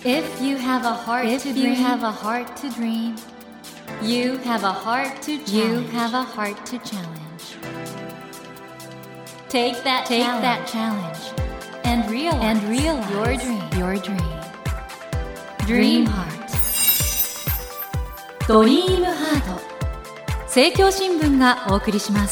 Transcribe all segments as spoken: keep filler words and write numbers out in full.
If you have a heart If to you dream, have a heart to dream, you have a heart to challenge. you have a heart to challenge. Take that Take challenge that challenge and realize, and realize your dream. your dream. Dream Dream Heart. ドリームハート。政教新聞がお送りします。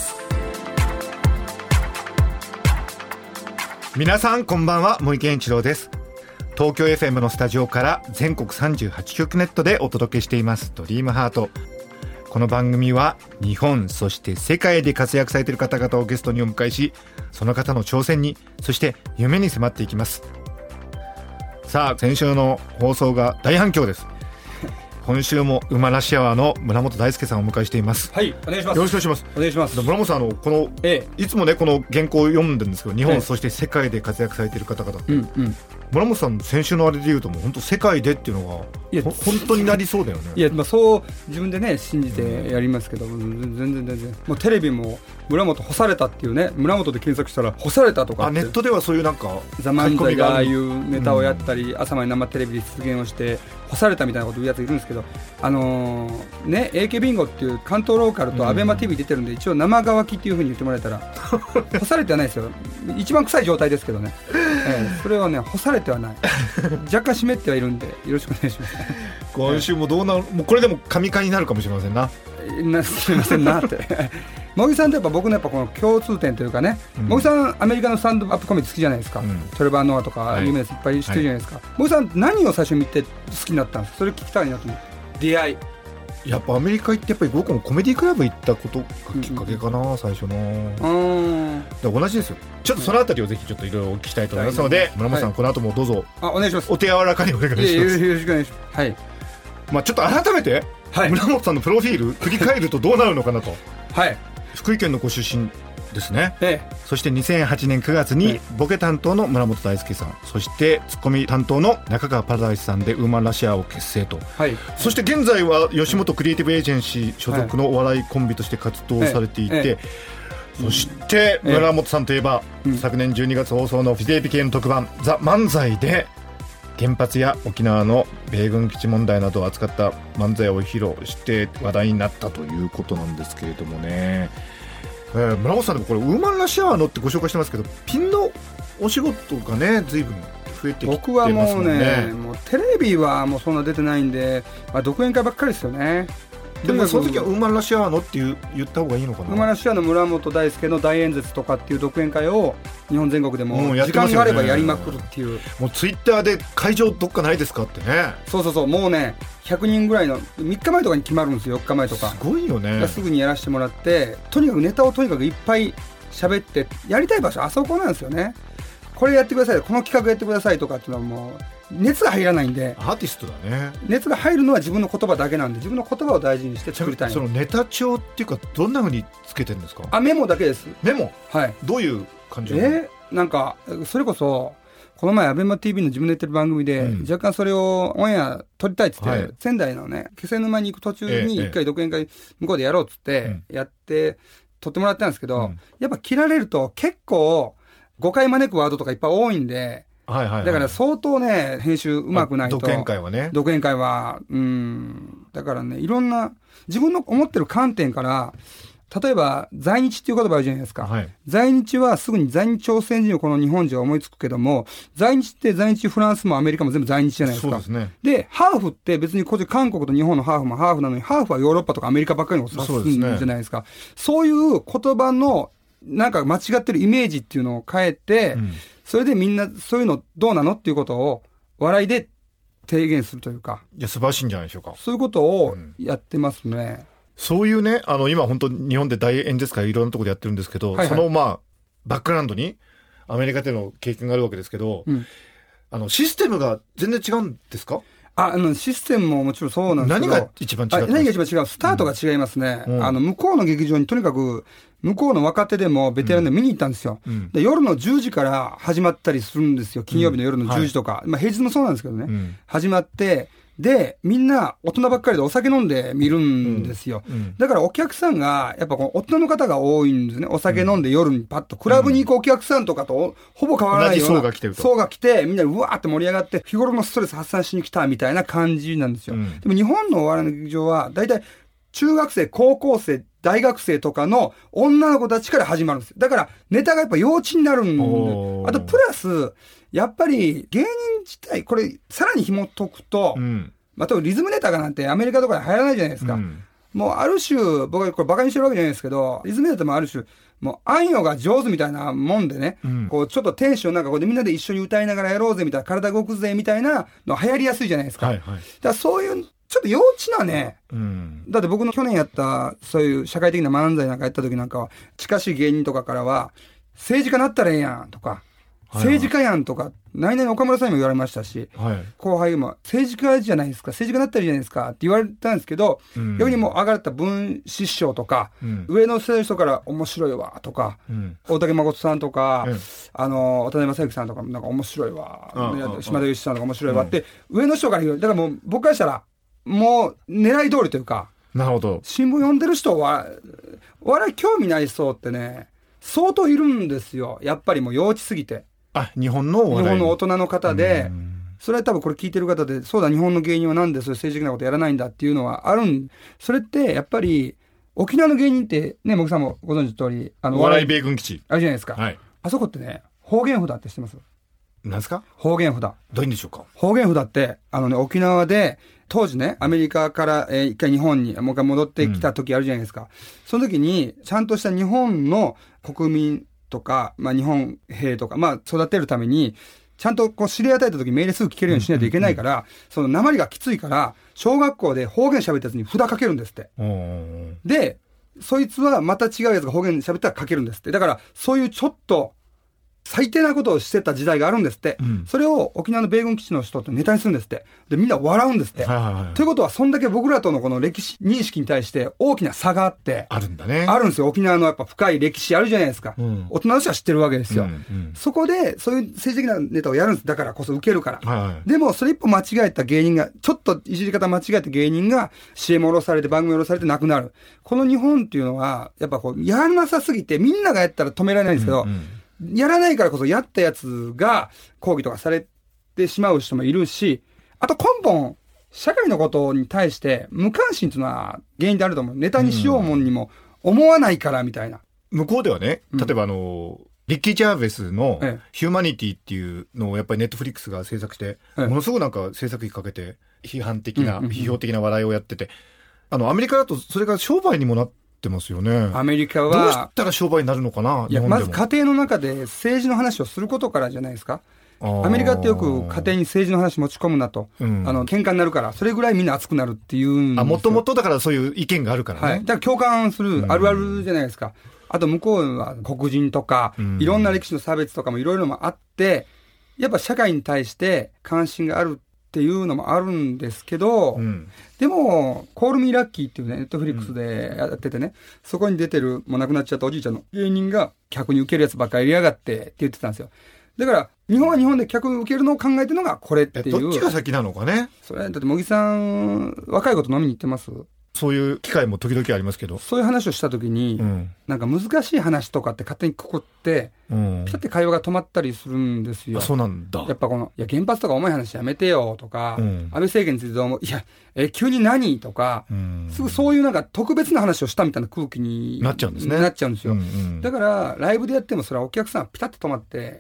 皆さんこんばんは、森健一郎です。東京 エフエム のスタジオから全国さんじゅうはちきょくネットでお届けしていますドリームハート。この番組は日本そして世界で活躍されている方々をゲストにお迎えし、その方の挑戦にそして夢に迫っていきます。さあ、先週の放送が大反響です。今週も馬ラシアワーの村本大輔さんをお迎えしています。 はい、お願いします。 よろしくお願いします。 お願いします。 村本さん、あのこの、 ええいつもねこの原稿を読んでるんですけど、日本、 ええ、 そして世界で活躍されている方々って、 うんうん、 村本さん先週のあれで言うともう本当世界でっていうのいやが本当になりそうだよね。 いや、まあ、そう自分でね信じてやりますけど、うん、全然全然もうテレビも村本干されたっていうね、村本で検索したら干されたとかって、 あネットではそういうなんかザ・漫才がああいうネタをやったり、うん、朝まで生テレビで出現をして干されたみたいなこと言うやついるんですけど、あのー、ね エーケー ビンゴっていう関東ローカルとアベマ ティーブイ 出てるんで、一応生乾きっていう風に言ってもらえたら干されてはないですよ。一番臭い状態ですけどね、えー、それはね干されてはない若干湿ってはいるんでよろしくお願いします。 今週もどうなる、もうこれでも神回になるかもしれませんな。 なすみませんなって茂木さんとやっぱ僕のやっぱこの共通点というかね、うん、茂木さんアメリカのスタンドアップコメディ好きじゃないですか、うん、トレバー・ノアとか有名なやついっぱい知ってるじゃないですか、はい、茂木さん何を最初に見て好きになったんですか？それ聞きたいなと思って。出会いやっぱアメリカ行ってやっぱり僕もコメディクラブ行ったことがきっかけかな、うん、最初の。うん同じですよ。ちょっとそのあたりをぜひちょっといろいろお聞きしたいと思いますので、はい、村本さん、はい、この後もどうぞあお願いします。 お手柔らかにお願いします。 いやよろしくお願いします。はい、 まあ、ちょっと改めて、はい、村本さんのプロフィール振り返るとどうなるのかなとはい福井県のご出身ですね、ええ、そしてにせんはちねんくがつにボケ担当の村本大輔さん、そしてツッコミ担当の中川パラダイスさんでウーマンラシアを結成と、はい、そして現在は吉本クリエイティブエージェンシー所属のお笑いコンビとして活動されていて、はいええそして村本さんといえば、ええ、昨年じゅうにがつ放送のフジテレビ系の特番ザ・漫才で原発や沖縄の米軍基地問題などを扱った漫才を披露して話題になったということなんですけれどもね、えー、村本さんでもこれウーマンラシアワーのってご紹介してますけど、ピンのお仕事がね随分増えてきてますもんね。僕はもうねもうテレビはもうそんな出てないんで、まあ、独演会ばっかりですよね。 でもその時はウーマンラシアワーのっていう言った方がいいのかな。 ウーマンラシアワーの村本大輔の大演説とかっていう独演会を日本全国でも時間があればやりまくるっていう、 もうツイッターで会場どっかないですかってね。 そうそうそう、もうねひゃくにんぐらいのみっかまえとかに決まるんですよ。よっかまえとか。 すごいよね。 すぐにやらせてもらって、とにかくネタをとにかくいっぱい喋って、やりたい場所あそこなんですよね。これやってください、この企画やってくださいとかっていうのはもう熱が入らないんで。 アーティストだね。 熱が入るのは自分の言葉だけなんで、自分の言葉を大事にして作りたいの。 そのネタ帳っていうかどんな風につけてるんですか？ あメモだけです。 メモ、 はい。 どういう感じ？ えー、なんかそれこそこの前アベマ ティーブイ の自分でやってる番組で、うん、若干それをオンエア撮りたいっつって、はい、仙台のね気仙沼に行く途中に一回独演会向こうでやろうっつってやって撮ってもらったんですけど、うん、やっぱ切られると結構誤解招くワードとかいっぱい多いんで、はいはいはい、だから相当ね編集うまくないと。 独演会はね。 独演会はうんだからね、いろんな自分の思ってる観点から、例えば在日っていう言葉あるじゃないですか、はい、在日はすぐに在日朝鮮人をこの日本人は思いつくけども、在日って在日フランスもアメリカも全部在日じゃないですか。そうですね。でハーフって別にこっち韓国と日本のハーフもハーフなのに、ハーフはヨーロッパとかアメリカばっかりのこと指すんじゃないですか。そういう言葉のなんか間違ってるイメージっていうのを変えて、うん、それでみんなそういうのどうなのっていうことを笑いで提言するというか。 いや素晴らしいんじゃないでしょうか。 そういうことをやってますね、うん、 そういうね、あの今本当日本で大演説会いろんなところでやってるんですけど、はいはい、そのまあバックグラウンドにアメリカでの経験があるわけですけど、うん、あのシステムが全然違うんですか？ ああのシステムももちろんそうなんですけど、 何が一番違う？ 何が一番違う？スタートが違いますね、うん、あの向こうの劇場にとにかく向こうの若手でもベテランで見に行ったんですよ、うん、で夜のじゅうじから始まったりするんですよ。金曜日の夜のじゅうじとか、うんはいまあ、平日もそうなんですけどね、うん、始まってで、みんな大人ばっかりでお酒飲んで見るんですよ。うんうん、だからお客さんが、やっぱこの大人の方が多いんですね。お酒飲んで夜にパッと、クラブに行くお客さんとかとほぼ変わらないような。 同じ層が来てると。 層が来て、みんなうわーって盛り上がって、日頃のストレス発散しに来たみたいな感じなんですよ。うん、でも日本のお笑いの劇場は、だいたい中学生、高校生、大学生とかの女の子たちから始まるんですよ。だからネタがやっぱ幼稚になるんで、あとプラス、やっぱり芸人自体、これさらに紐解くと、うん、またリズムネタがなんてアメリカとかで流行らないじゃないですか。うん、もうある種、僕はこれバカにしてるわけじゃないですけど、リズムネタもある種、もうあんよが上手みたいなもんでね、うん、こうちょっとテンションなんかこうでみんなで一緒に歌いながらやろうぜみたいな、体動くぜみたいなの流行りやすいじゃないですか。はいはい、だからそういう、ちょっと幼稚なね、うん、だって僕の去年やったそういう社会的な漫才なんかやった時なんかは近しい芸人とかからは政治家なったらええやんとか、はいはい、政治家やんとか何々岡村さんにも言われましたし、はい、後輩も政治家じゃないですか、政治家なったらいいじゃないですかって言われたんですけど、うん、逆にもう上がった文枝師匠とか、うん、上の世代の人から面白いわとか、うん、大竹誠さんとか、うん、あの渡辺正行さんとかなんか面白いわ、うん、島田由紀さんとか面白いわって、うん、上の人から言う。だからもう僕からしたらもう狙い通りというか、 なるほど。 新聞読んでる人はお笑い興味ない人ってね相当いるんですよ。やっぱりもう幼稚すぎて。 あ、日本のお笑い、 日本の大人の方で、それは多分これ聞いてる方で、そうだ日本の芸人はなんでそういう政治的なことやらないんだっていうのはあるん。それってやっぱり沖縄の芸人ってね、僕さんもご存知の通り、 あのお笑い米軍基地あるじゃないですか。はい、あそこってね方言札って知ってます？ なんですか？ 方言札。どういうんでしょうか？ 方言札ってあのね沖縄で当時ねアメリカから、えー、一回日本にもう一回戻ってきた時あるじゃないですか。うん、その時にちゃんとした日本の国民とか、まあ、日本兵とか、まあ、育てるためにちゃんとこう指令与えた時命令すぐ聞けるようにしないといけないから、うんうんうん、その訛りがきついから小学校で方言喋ったやつに札かけるんですって。でそいつはまた違うやつが方言喋ったらかけるんですって。だからそういうちょっと最低なことをしてた時代があるんですって、うん、それを沖縄の米軍基地の人ってネタにするんですって。でみんな笑うんですって、はいはいはい、ということはそんだけ僕らとのこの歴史認識に対して大きな差があってあるんだね。 あるんですよ。沖縄のやっぱ深い歴史あるじゃないですか、うん、大人の人は知ってるわけですよ、うんうん、そこでそういう政治的なネタをやるんです。だからこそ受けるから、はいはい、でもそれ一歩間違えた芸人がちょっといじり方間違えた芸人が シーエム 下ろされて番組下ろされて亡くなる。この日本っていうのはやっぱこうやらなさすぎてみんながやったら止められないんですけど、うんうんやらないからこそやったやつが抗議とかされてしまう人もいるし、あと根本社会のことに対して無関心っていうのは原因であると思う。ネタにしようもんにも思わないからみたいな。 向こうではね、例えばあの、うん、リッキー・ジャーベスのヒューマニティっていうのをやっぱりネットフリックスが制作して、ええ、ものすごくなんか制作費かけて批判的な、うんうんうん、批評的な笑いをやってて、あのアメリカだとそれが商売にもなってってますよね。 アメリカはどうしたら商売になるのかな。 いやまず家庭の中で政治の話をすることからじゃないですか。アメリカってよく家庭に政治の話持ち込むなと、うん、あの喧嘩になるからそれぐらいみんな熱くなるっていうんですよ。あ、 もともとだからそういう意見があるからね、 はい、だから共感するあるあるじゃないですか、うん、あと向こうは黒人とか、うん、いろんな歴史の差別とかもいろいろもあってやっぱ社会に対して関心があるっていうのもあるんですけど、うん、でもコールミーラッキーっていうねネットフリックスでやっててね、うん、そこに出てるもう亡くなっちゃったおじいちゃんの芸人が客に受けるやつばっかりやりやがってって言ってたんですよ。だから日本は日本で客受けるのを考えてるのがこれっていう。 どっちが先なのかね。 それだって茂木さん若い子と飲みに行ってます？ そういう機会も時々ありますけど、 そういう話をした時に、うん、なんか難しい話とかって勝手にくくって、うん、ピタって会話が止まったりするんですよ。 あ、そうなんだ。 やっぱこのいや原発とか重い話やめてよとか、うん、安倍政権についてどうもいやえ急に何とか、うん、すぐそういうなんか特別な話をしたみたいな空気になっちゃうんですね。 なっちゃうんですよ、うんうん、だからライブでやってもそれはお客さんはピタッと止まって。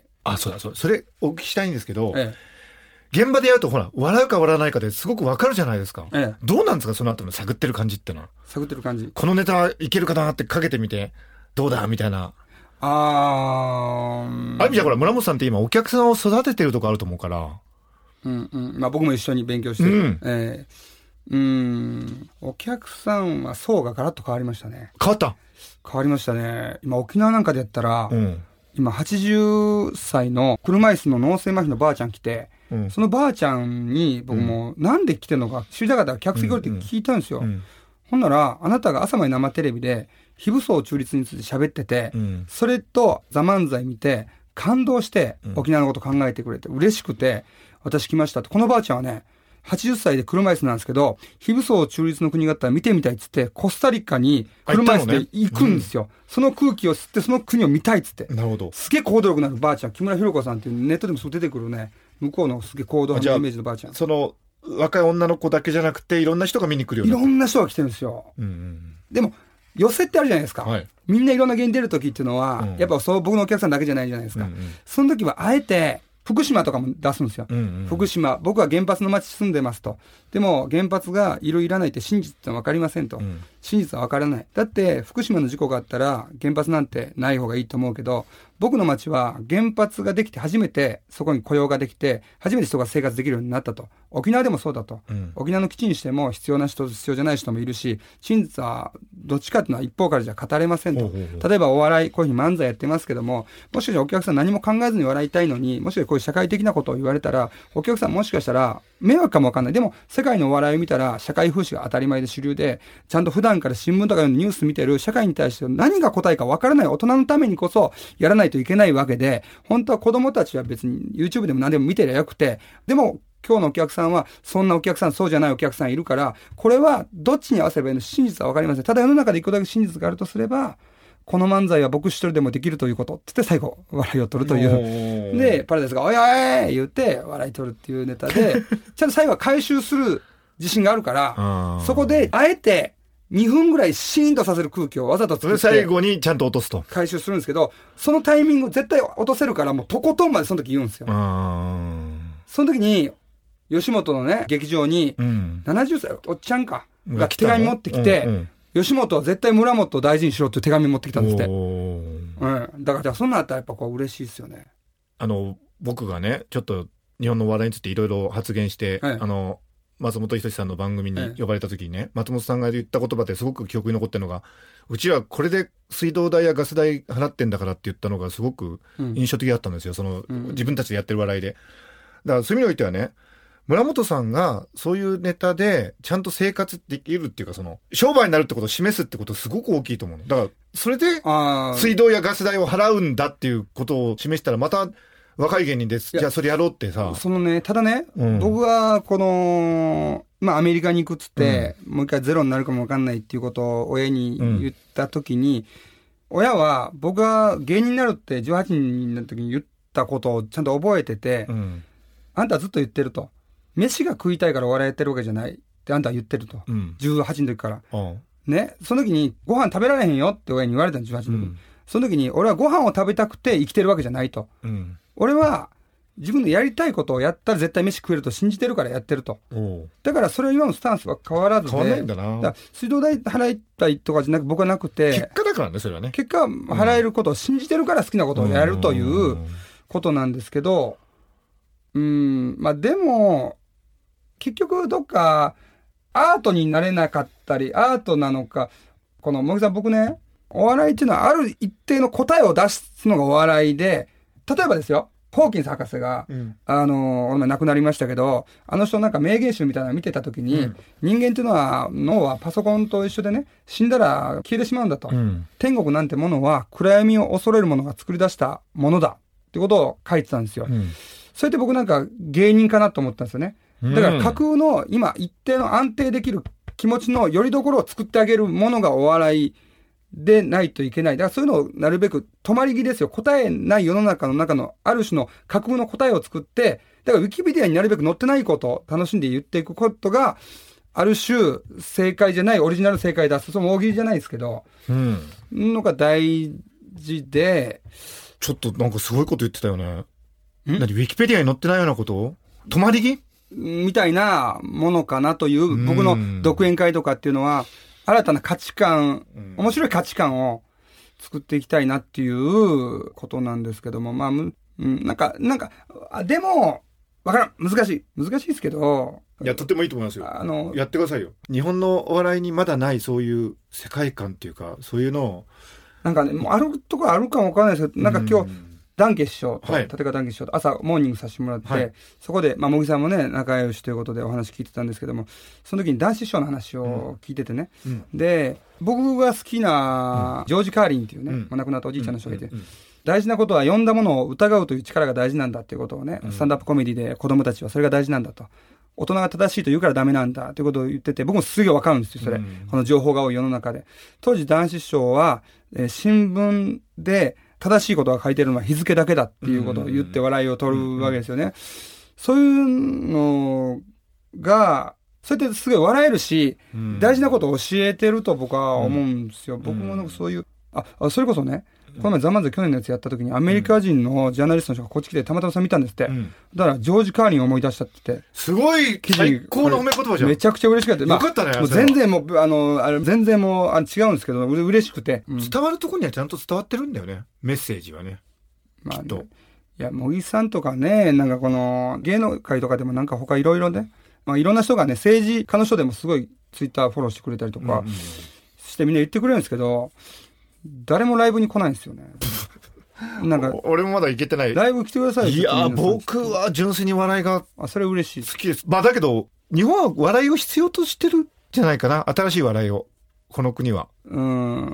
あ、そうだそうだ、それお聞きしたいんですけど、ええ現場でやるとほら笑うか笑わないかですごくわかるじゃないですか、ええ、どうなんですかその後の探ってる感じってのは。 探ってる感じ、 このネタいけるかなってかけてみてどうだみたいな。 あーある意味じゃほら村本さんって今お客さんを育ててるとこあると思うから、 うんうん、まあ僕も一緒に勉強してる、うんえー、うーんお客さんは層がガラッと変わりましたね。 変わった変わりましたね。今沖縄なんかでやったら、うん、今はちじゅっさいの車椅子の脳性麻痺のばあちゃん来て、うん、そのばあちゃんに僕もなんで来てんのか知りたかったら客席降りて聞いたんですよ、うんうん、ほんならあなたが朝まで生テレビで非武装中立について喋ってて、うん、それとザ・漫才見て感動して沖縄のこと考えてくれて嬉しくて私来ましたって。このばあちゃんはねはちじゅっさいで車椅子なんですけど、非武装中立の国があったら見てみたいっつって、コスタリカに車椅子で行くんですよ。ねうん、その空気を吸って、その国を見たいっつって。 なるほど。 すげえ行動力のあるばあちゃん、木村弘子さんっていうネットでもすぐ出てくるね、向こうのすげえ行動のイメージのばあちゃん。 その、若い女の子だけじゃなくて、いろんな人が見に来るようになって。 いろんな人が来てるんですよ。うんうん、でも、寄せってあるじゃないですか。はい、みんないろんな芸に出るときっていうのは、うん、やっぱそう僕のお客さんだけじゃないじゃないですか。うんうん、その時はあえて、福島とかも出すんですよ。うんうん、福島、僕は原発の町住んでますと。でも原発がいるいらないって真実って分かりませんと。うん、真実は分からない。だって福島の事故があったら原発なんてない方がいいと思うけど、僕の町は原発ができて初めてそこに雇用ができて、初めて人が生活できるようになったと。沖縄でもそうだと。うん、沖縄の基地にしても必要な人、必要じゃない人もいるし、真実はどっちかっていうのは一方からじゃ語れませんと。例えばお笑い、こういうふうに漫才やってますけども、もしかしたらお客さん何も考えずに笑いたいのに、もしかしたらこういう社会的なことを言われたら、お客さんもしかしたら迷惑かもわかんない。でも世界のお笑いを見たら社会風刺が当たり前で主流で、ちゃんと普段から新聞とかのニュース見てる社会に対して何が答えかわからない大人のためにこそやらないといけないわけで、本当は子供たちは別に YouTube でも何でも見てりゃよくて、でも今日のお客さんはそんなお客さん、そうじゃないお客さんいるから、これはどっちに合わせればいいのか真実はわかりません。ただ世の中で一個だけ真実があるとすれば、この漫才は僕一人でもできるということって言って最後笑いを取るというで、パラダイスがおいおい言って笑い取るっていうネタでちゃんと最後は回収する自信があるから、そこであえてにふんぐらいシーンとさせる空気をわざと作って最後にちゃんと落とすと回収するんですけど、そのタイミング絶対落とせるから、もうとことんまでその時言うんですよ。その時に吉本のね劇場にななじゅっさいおっちゃんかが手紙持ってきて、うんうん、吉本は絶対村本を大事にしろっていう手紙持ってきたんですって。うん、だからそんなあったらやっぱこう嬉しいですよね。 あの僕がねちょっと日本の話題についていろいろ発言して、はい、あの松本人志さんの番組に呼ばれた時にね、はい、松本さんが言った言葉ですごく記憶に残ってるのが、うちはこれで水道代やガス代払ってんだからって言ったのがすごく印象的だったんですよ、うん、その、うん、自分たちでやってる笑いで。だからそういう意味においてはね、村本さんがそういうネタでちゃんと生活できるっていうか、その商売になるってことを示すってことすごく大きいと思う。だからそれで水道やガス代を払うんだっていうことを示したら、また若い芸人です、じゃあそれやろうってさ。 そのね、ただね、うん、僕はこのまあアメリカに行くっつって、うん、もう一回ゼロになるかもわかんないっていうことを親に言った時に、うん、親は僕が芸人になるってじゅうはちにんの時に言ったことをちゃんと覚えてて、うん、あんたはずっと言ってると。飯が食いたいから笑えてるわけじゃないってあんたは言ってると、うん、じゅうはちの時から、うん、ね、その時にご飯食べられへんよって親に言われたのじゅうはちの時に、うん、その時に俺はご飯を食べたくて生きてるわけじゃないと、うん、俺は自分でやりたいことをやったら絶対飯食えると信じてるからやってると。だからそれは今のスタンスは変わらずで、 変わんないんだな。 だから水道代払いたいとかじゃなく僕はなくて、 結果だからね、それはね。 結果払えることを信じてるから好きなことをやるということなんですけど、うーん、まあでも結局どっかアートになれなかったり、アートなのか、この茂木さん、僕ね、お笑いっていうのはある一定の答えを出すのがお笑いで、例えばですよ、ホーキンス博士が、うん、あの、お前亡くなりましたけど、あの人なんか名言集みたいなの見てたときに、うん、人間っていうのは、脳はパソコンと一緒でね、死んだら消えてしまうんだと。うん、天国なんてものは暗闇を恐れるものが作り出したものだってことを書いてたんですよ。うん、それで僕なんか芸人かなと思ったんですよね。だから架空の今一定の安定できる気持ちの拠り所を作ってあげるものがお笑いでないといけない。だからそういうのをなるべく止まり木ですよ。答えない世の中の中のある種の架空の答えを作って、だからウィキペディアになるべく載ってないことを楽しんで言っていくことが、ある種正解じゃないオリジナル正解出す。その大喜利じゃないですけど、うん、のが大事で。 ちょっとなんかすごいこと言ってたよね。何ウィキペディアに載ってないようなこと止まり木みたいなものかなという、僕の独演会とかっていうのは、新たな価値観、面白い価値観を作っていきたいなっていうことなんですけども、まあ、うん、なんか、なんか、あでも、わからん、難しい。難しいですけど。 いや、とってもいいと思いますよ。あの、やってくださいよ。日本のお笑いにまだないそういう世界観っていうか、そういうのを。 なんかね、もうあるところあるかもわからないですけど、なんか今日、ダンケ師匠と、はい、立川ダンケ師匠と朝モーニングさせてもらって、はい、そこで、まあ、茂木さんもね、仲良しということでお話聞いてたんですけども、その時に男子師匠の話を聞いててね、うん、で、僕が好きな、ジョージ・カーリンっていうね、うん、亡くなったおじいちゃんの人がいて、うんうんうん、大事なことは読んだものを疑うという力が大事なんだっていうことをね、うん、スタンダップコメディで子供たちはそれが大事なんだと。 大人が正しいと言うからダメなんだということを言ってて、僕もすげえわかるんですよ、それ。うん、この情報が多い世の中で。当時男子師匠は、えー、新聞で正しいことが書いてるのは日付だけだっていうことを言って笑いを取るわけですよね。うん、そういうのが、それってすごい笑えるし、うん、大事なことを教えてると僕は思うんですよ。うん、僕もなんかそういう、あ、それこそね、この前ザ・マンズ去年のやつやった時にアメリカ人のジャーナリストの人がこっち来てたまたまさん見たんですって。うん、だからジョージ・カーリンを思い出したって言って。 すごい最高の褒め言葉じゃん。 めちゃくちゃ嬉しかった。 よかったね。 まあ、もう全然もう、あの、あれ全然もうあ違うんですけど、うれ嬉しくて、 うん。伝わるところにはちゃんと伝わってるんだよね。メッセージはね。まあ、ね、きっと。 いや、茂木さんとかね、なんかこの芸能界とかでもなんか他いろいろね、まあいろんな人がね、政治家の人でもすごいツイッターフォローしてくれたりとかしてみんな言ってくれるんですけど、誰もライブに来ないんですよね。 なんか俺もまだ行けてない。 ライブ来てください。 いや僕は純粋に笑いがあそれ嬉しい好きです。まあだけど日本は笑いを必要としてるんじゃないかな。新しい笑いをこの国は。うん。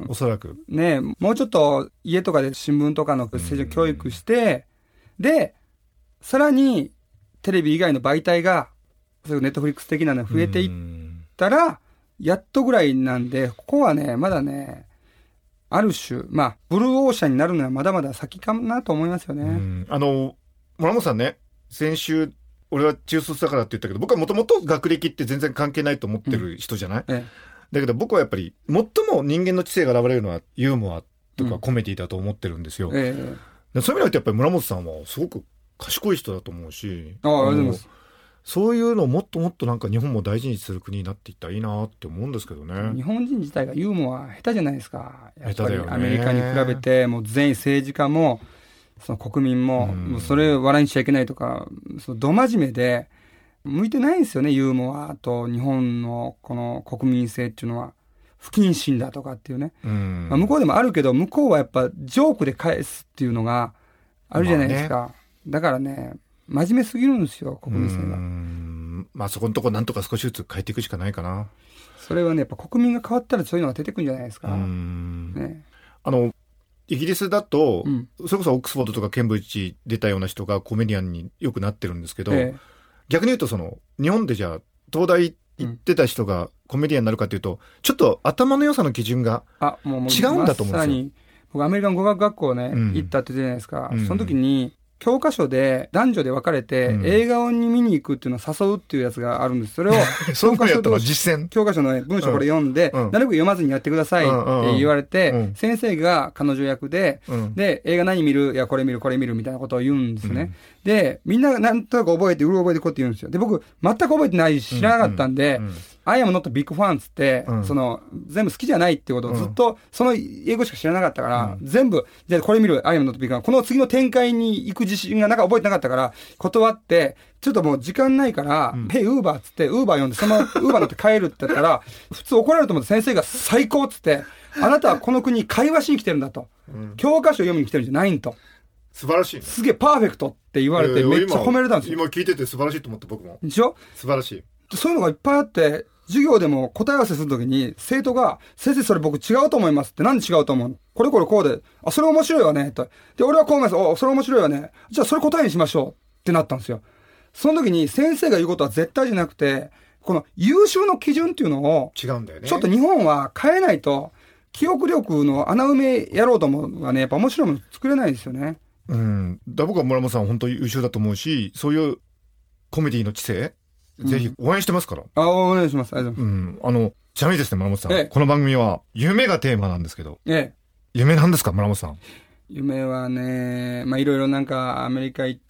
おそらくね、もうちょっと家とかで新聞とかの政治教育して、でさらにテレビ以外の媒体がそういうネットフリックス的なのが増えていったらやっとぐらいなんで、ここはねまだね。ある種、まあ、ブルーオーシャンになるのはまだまだ先かなと思いますよね。うん、 あの、村本さんね、先週、俺は中卒だからって言ったけど、僕はもともと学歴って全然関係ないと思ってる人じゃない、うんええ、だけど僕はやっぱり、最も人間の知性が現れるのはユーモアとかコメディだと思ってるんですよ。うんええ、そういう意味ではやっぱり村本さんはすごく賢い人だと思うし、 ああ、ありがとうございます。 そういうのをもっともっとなんか日本も大事にする国になっていったらいいなって思うんですけどね。 日本人自体がユーモア下手じゃないですか。やっぱりアメリカに比べてもう全員政治家もその国民も、もうそれを笑いにしちゃいけないとか、そのど真面目で向いてないんですよね、ユーモアと日本のこの国民性っていうのは。不謹慎だとかっていうね。うんまあ、向こうでもあるけど、向こうはやっぱジョークで返すっていうのがあるじゃないですか。まあね、だからね、真面目すぎるんですよ、国民性が。 まあそこのとこなんとか少しずつ変えていくしかないかな。 それはね、やっぱ国民が変わったらそういうのが出てくるんじゃないですか。うんね、あの、イギリスだと、うん、それこそオックスフォードとかケンブリッジ出たような人がコメディアンによくなってるんですけど、ええ、逆に言うとその、日本でじゃあ、東大行ってた人がコメディアンになるかというと、ちょっと頭の良さの基準が違うんだと思うんですよ。まさに僕アメリカン語学学校ね、うん、行ったって言ったじゃないですか。うん、その時に、教科書で男女で分かれて、うん、映画を見に行くっていうのを誘うっていうやつがあるんです。それを教科書と実践教科書の、ね、文章これ読んで、うん、なるべく読まずにやってくださいって言われて、うんうんうん、先生が彼女役で、うん、で映画何見るいやこれ見るこれ見るみたいなことを言うんですね。うん、でみんながなんとなく覚えてうる覚えてこうって言うんですよ。で僕全く覚えてないし知らなかったんで。うんうんうんI am not big fan つって、うん、その、全部好きじゃないってことをずっと、その英語しか知らなかったから、うん、全部、じゃあこれ見る I am not big fan この次の展開に行く自信がなんか覚えてなかったから、断って、ちょっともう時間ないから、うん、Hey Uber つって、Uber 呼んで、その Uber 乗って帰るって言ったら、普通怒られると思って先生が最高つって、あなたはこの国に会話しに来てるんだと。うん、教科書読みに来てるんじゃないんと。 素晴らしい、ね。 すげえパーフェクトって言われて、めっちゃ褒められたんですよ。 今聞いてて素晴らしいと思って僕も。 でしょ？ 素晴らしい。 そういうのがいっぱいあって、授業でも答え合わせするときに、生徒が、先生それ僕違うと思いますって、なんで違うと思う？これこれこうで、あ、それ面白いわね、と。で、俺はこう思います。お、それ面白いわね。じゃあそれ答えにしましょうってなったんですよ。その時に先生が言うことは絶対じゃなくて、この優秀の基準っていうのを、 違うんだよね。 ちょっと日本は変えないと、記憶力の穴埋めやろうと思うのはね、やっぱ面白いもの作れないですよね。 うん。だ僕は村本さん本当に優秀だと思うし、そういうコメディの知性、ぜひ応援してますから。 うん、あ、お願いします。ありがとうございます。 うん。あの、ちなみにですね、村本さん。ええ、この番組は、夢がテーマなんですけど。 ええ。 夢なんですか、村本さん。 夢はね、まあ、いろいろなんか、アメリカ行って、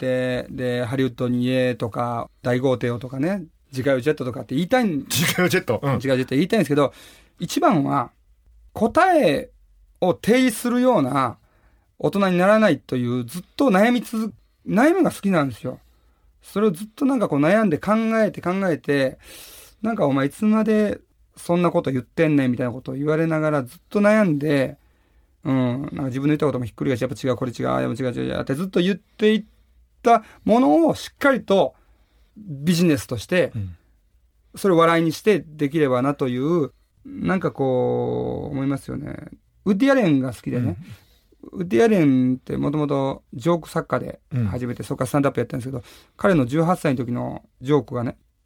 で、ハリウッドに家とか、大豪邸をとかね、自家用ジェットとかって言いたいん自家用ジェット、うん。 自家用ジェット言いたいんですけど、一番は、答えを提示するような大人にならないという、ずっと悩み続、悩みが好きなんですよ。それをずっとなんかこう悩んで考えて考えて、なんかお前いつまでそんなこと言ってんねんみたいなことを言われながらずっと悩んで、うん、なんか自分の言ったこともひっくり返し、やっぱ違う、これ違う、あれも違う違う違うってずっと言っていったものをしっかりとビジネスとして、それを笑いにしてできればなという、なんかこう思いますよね。ウッディアレンが好きでね。うん、ウッディアレンってもともとジョーク作家で始めて、うん、そこからスタンドアップやったんですけど、彼のじゅうはっさいの時のジョークがね、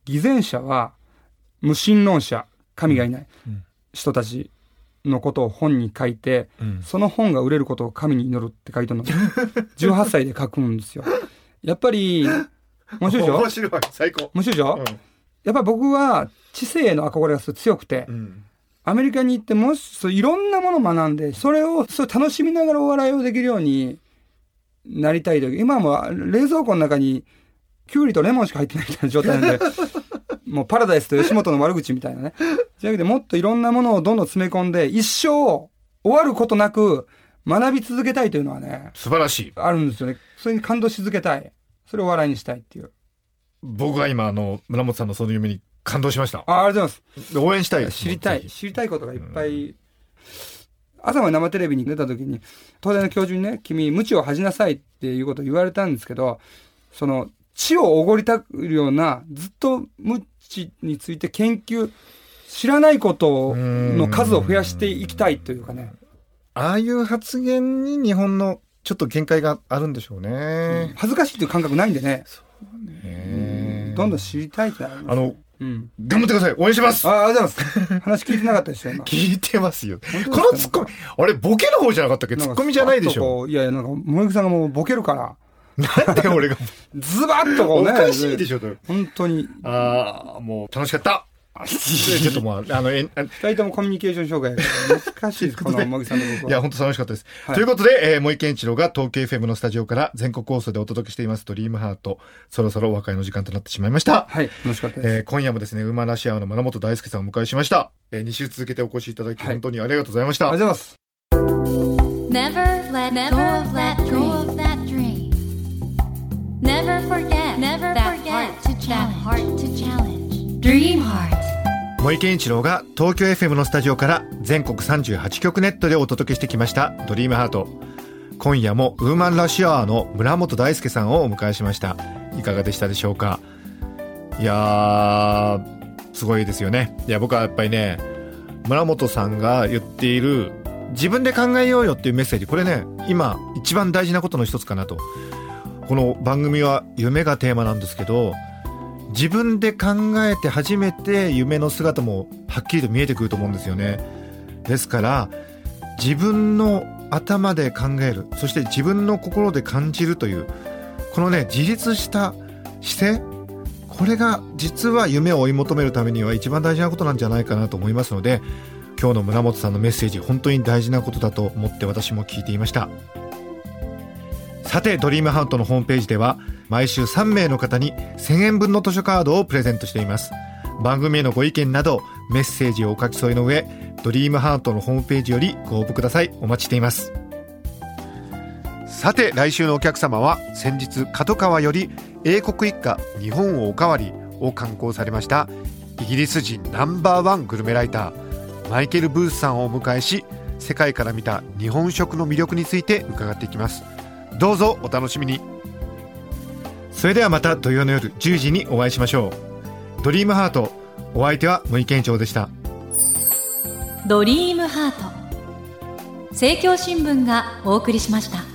偽善者は無神論者、神がいない人たちのことを本に書いて、うん、その本が売れることを神に祈るって書いてるのじゅうはっさいで書くんですよ。やっぱり面白いでしょ。 面白い、最高。 面白いでしょ、うん、やっぱ僕は知性への憧れがすごい強くて、うん、アメリカに行ってもしそういろんなものを学んで、それをそう楽しみながらお笑いをできるようになりたいという。今も冷蔵庫の中にキュウリとレモンしか入ってないみたいな状態なんでもうパラダイスと吉本の悪口みたいなね。じゃなくてもっといろんなものをどんどん詰め込んで、一生終わることなく学び続けたいというのはね、 素晴らしい。 あるんですよね。それに感動し続けたい。それを笑いにしたいっていう。 僕は今あの村本さんのその夢に感動しました。 あ、ありがとうございます。 応援したいです。 知りたい。知りたいことがいっぱい。うん、朝まで生テレビに出た時に、東大の教授にね、君、無知を恥じなさいっていうことを言われたんですけど、その、知をおごりたくるような、ずっと無知について研究、知らないことの数を増やしていきたいというかね。 ああいう発言に日本のちょっと限界があるんでしょうね。うん、 恥ずかしいという感覚ないんでね。 そうね、 うん。どんどん知りたいってなります、ね。あの、 うん、頑張ってください。応援します。 ああ、ありがとうございます。話聞いてなかったでしょ、今。 聞いてますよ。このツッコミ、あれ、ボケの方じゃなかったっけ？ツッコミじゃないでしょ。 いやいや、なんか、森木さんがもうボケるから。 なんで俺が。 ズバッとこうね。 おかしいでしょ、 本当に。 ああ、もう楽しかった。ちょっともう、あの、え、 二人ともコミュニケーション障害が難しいです、この森木さんの僕は。 いや、本当楽しかったです。はい、ということで、えー、森健一郎が東京 エフエム のスタジオから全国放送でお届けしていますドリームハート。そろそろお別れの時間となってしまいました。 はい、楽しかったです。 えー、今夜もですね、ウーマンラッシュアワーの村本大輔さんをお迎えしました。えー、に週続けてお越しいただき、本当にありがとうございました。 ありがとうございます。 Never let go of that dream. Never forget that heart to challenge. Dream Heart. 森健一郎が東京 エフエム のスタジオから全国さんじゅうはちきょくネットでお届けしてきましたドリームハート。今夜もウーマンラッシュアワーの村本大輔さんをお迎えしました。いかがでしたでしょうか。いやー、すごいですよね。いや、僕はやっぱりね、村本さんが言っている自分で考えようよっていうメッセージ、これね、今一番大事なことの一つかなと。この番組は夢がテーマなんですけど、自分で考えて初めて夢の姿もはっきりと見えてくると思うんですよね。ですから自分の頭で考える、そして自分の心で感じるというこのね、自立した姿勢、これが実は夢を追い求めるためには一番大事なことなんじゃないかなと思いますので、今日の村本さんのメッセージ、本当に大事なことだと思って私も聞いていました。さて、ドリームハートのホームページでは毎週さんめいの方にせんえんぶんの図書カードをプレゼントしています。番組へのご意見などメッセージをお書き添えの上、ドリームハートのホームページよりご応募ください。お待ちしています。さて、来週のお客様は先日角川より英国一家日本をおかわりを刊行されましたイギリス人ナンバーワングルメライターマイケル・ブースさんをお迎えし、世界から見た日本食の魅力について伺っていきます。どうぞお楽しみに。それではまた土曜の夜じゅうじにお会いしましょう。ドリームハート、お相手は森健一郎でした。 ドリームハート、政教新聞がお送りしました。